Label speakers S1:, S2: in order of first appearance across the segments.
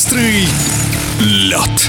S1: Быстрый лед.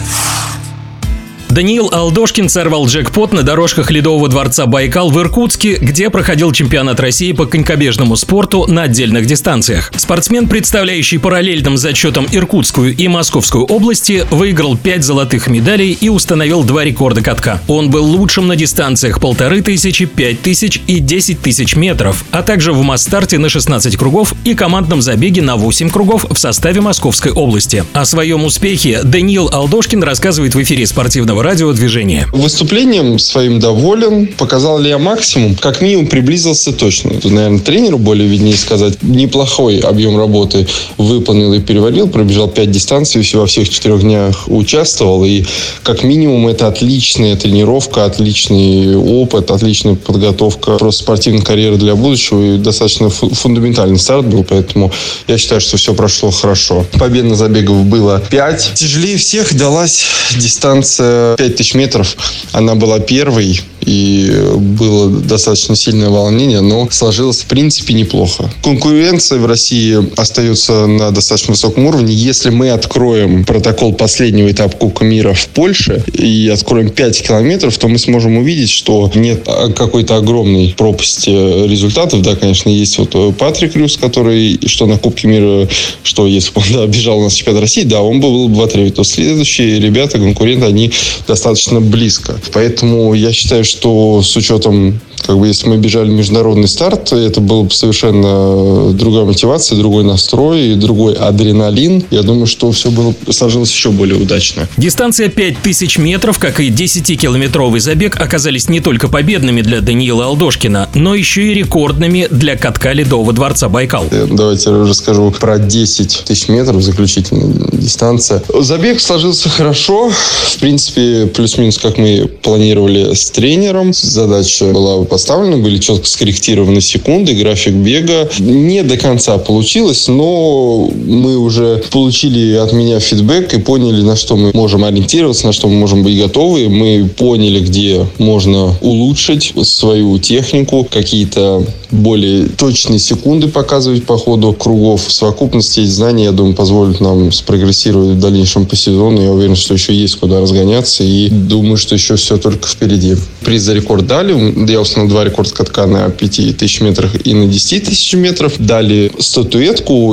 S2: Даниил Алдошкин сорвал джекпот на дорожках Ледового дворца Байкал в Иркутске, где проходил чемпионат России по конькобежному спорту на отдельных дистанциях. Спортсмен, представляющий параллельным зачетом Иркутскую и Московскую области, выиграл 5 золотых медалей и установил 2 рекорда катка. Он был лучшим на дистанциях 1500, 5000 и 10 тысяч метров, а также в масс-старте на 16 кругов и командном забеге на 8 кругов в составе Московской области. О своем успехе Даниил Алдошкин рассказывает в эфире спортивного радиодвижения.
S3: Выступлением своим доволен. Показал ли я максимум? Как минимум приблизился точно. Тут, наверное, тренеру более виднее сказать. Неплохой объем работы выполнил и переварил. Пробежал 5 дистанций, во всех 4 днях участвовал. И как минимум это отличная тренировка, отличный опыт, отличная подготовка просто спортивной карьеры для будущего. И достаточно фундаментальный старт был. Поэтому я считаю, что все прошло хорошо. Победных забегов было 5. Тяжелее всех далась дистанция 5000 метров. Она была первой, и было достаточно сильное волнение, но сложилось в принципе неплохо. Конкуренция в России остается на достаточно высоком уровне. Если мы откроем протокол последнего этапа Кубка мира в Польше и откроем 5 километров, то мы сможем увидеть, что нет какой-то огромной пропасти результатов. Да, конечно, есть вот Патрик Рюс, который что на Кубке мира, что если бы он бежал у нас в чемпионат России, да, он был бы в отрыве. То следующие ребята, конкуренты, они достаточно близко. Поэтому я считаю, что с учетом, если мы бежали международный старт, это была бы совершенно другая мотивация, другой настрой, другой адреналин. Я думаю, что все сложилось еще более удачно.
S2: Дистанция 5000 метров, как и 10-километровый забег, оказались не только победными для Даниила Алдошкина, но еще и рекордными для катка Ледового дворца Байкал.
S3: Давайте я расскажу про 10 тысяч метров, заключительная дистанция. Забег сложился хорошо. В принципе, плюс-минус, как мы планировали с тренером. Задача была поставлена, были четко скорректированы секунды, график бега. Не до конца получилось, но мы уже получили от меня фидбэк и поняли, на что мы можем ориентироваться, на что мы можем быть готовы. Мы поняли, где можно улучшить свою технику, какие-то более точные секунды показывать по ходу кругов. В совокупности эти знания, я думаю, позволят нам спрогрессировать в дальнейшем по сезону. Я уверен, что еще есть куда разгоняться, и думаю, что еще все только впереди. Приз за рекорд дали. Я установил 2 рекорда катка на 5000 метрах и на 10 тысяч метров. Дали статуэтку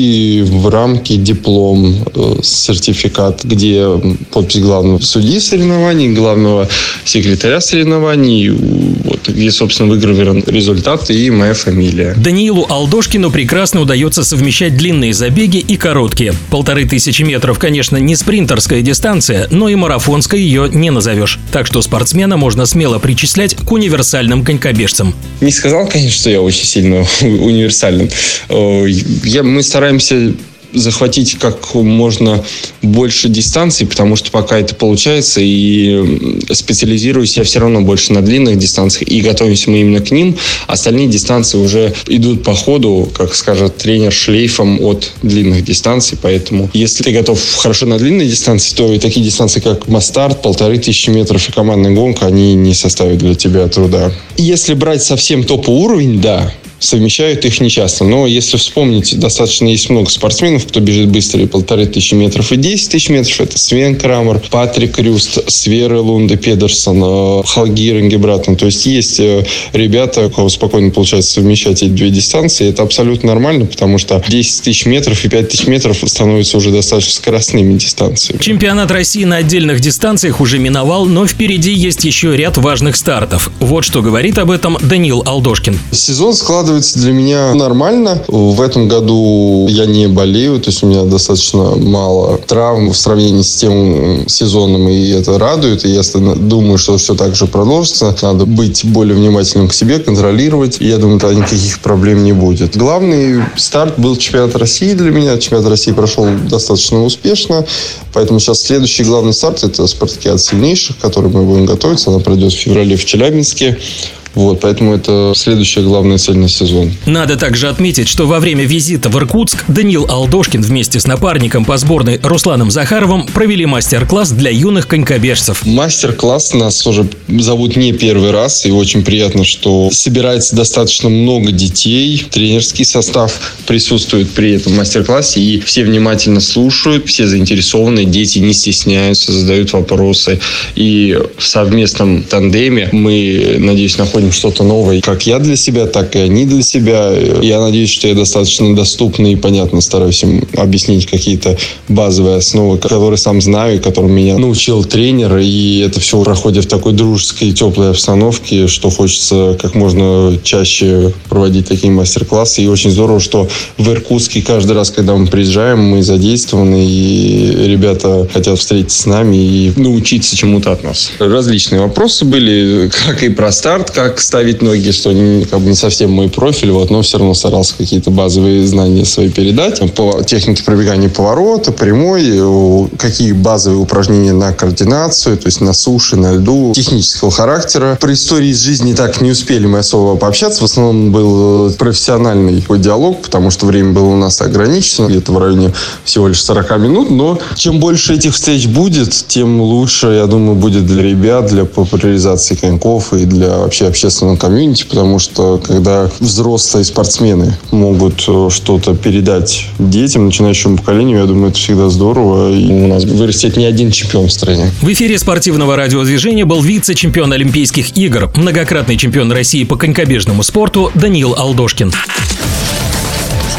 S3: и в рамке диплом, сертификат, где подпись главного судьи соревнований, главного секретаря соревнований, где, собственно, выгравирован результат и моя фамилия.
S2: Даниилу Алдошкину прекрасно удается совмещать длинные забеги и короткие. 1500 метров, конечно, не спринтерская дистанция, но и марафонской ее не назовешь. Так что спортсмена можно смело причислять к универсальным конькобежцам.
S3: Не сказал, конечно, что я очень сильно универсальным. Мы стараемся захватить как можно больше дистанций, потому что пока это получается, и специализируюсь я все равно больше на длинных дистанциях, и готовимся мы именно к ним. Остальные дистанции уже идут по ходу, как скажет тренер, шлейфом от длинных дистанций, поэтому если ты готов хорошо на длинные дистанции, то и такие дистанции, как масс-старт, 1500 метров и командная гонка, они не составят для тебя труда. Если брать совсем топовый уровень, да, совмещают их нечасто. Но если вспомнить, достаточно есть много спортсменов, кто бежит быстрее 1500 метров и 10 тысяч метров. Это Свен Крамер, Патрик Рюст, Свере Лунде Педерсон, Халгир Ингебратен. То есть ребята, у кого спокойно получается совмещать эти 2 дистанции. Это абсолютно нормально, потому что 10 тысяч метров и 5000 метров становятся уже достаточно скоростными дистанциями.
S2: Чемпионат России на отдельных дистанциях уже миновал, но впереди есть еще ряд важных стартов. Вот что говорит об этом Даниил Алдошкин.
S3: Сезон складывается для меня нормально. В этом году я не болею, то есть у меня достаточно мало травм в сравнении с тем сезоном, и это радует. И я думаю, что все так же продолжится. Надо быть более внимательным к себе, контролировать. И я думаю, тогда никаких проблем не будет. Главный старт был чемпионат России для меня. Чемпионат России прошел достаточно успешно. Поэтому сейчас следующий главный старт — это спартакиада сильнейших, к которой мы будем готовиться. Она пройдет в феврале в Челябинске. Вот, поэтому это следующая главная цель на сезон.
S2: Надо также отметить, что во время визита в Иркутск Даниил Алдошкин вместе с напарником по сборной Русланом Захаровым провели мастер-класс для юных конькобежцев.
S3: Мастер-класс нас уже зовут не первый раз, и очень приятно, что собирается достаточно много детей. Тренерский состав присутствует при этом мастер-классе, и все внимательно слушают, все заинтересованные, дети не стесняются, задают вопросы. И в совместном тандеме мы, надеюсь, находим что-то новое, как я для себя, так и они для себя. Я надеюсь, что я достаточно доступно и понятно стараюсь им объяснить какие-то базовые основы, которые сам знаю, которым меня научил тренер. И это все проходит в такой дружеской и теплой обстановке, что хочется как можно чаще проводить такие мастер-классы. И очень здорово, что в Иркутске каждый раз, когда мы приезжаем, мы задействованы, и ребята хотят встретиться с нами и научиться чему-то от нас. Различные вопросы были, как и про старт, как ставить ноги, что не совсем мой профиль, но все равно старался какие-то базовые знания свои передать. По технике пробегания поворота, прямой, какие базовые упражнения на координацию, то есть на суше, на льду, технического характера. Про истории из жизни так не успели мы особо пообщаться. В основном был профессиональный диалог, потому что время было у нас ограничено, где-то в районе всего лишь 40 минут. Но чем больше этих встреч будет, тем лучше, я думаю, будет для ребят, для популяризации коньков и для вообще общественного комьюнити, потому что когда взрослые спортсмены могут что-то передать детям, начинающему поколению, я думаю, это всегда здорово. И у нас вырастет не один чемпион в стране.
S2: В эфире спортивного радиодвижения был вице-чемпион Олимпийских игр, многократный чемпион России по конькобежному спорту Даниил Алдошкин.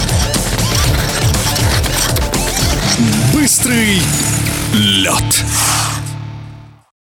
S1: Быстрый лед.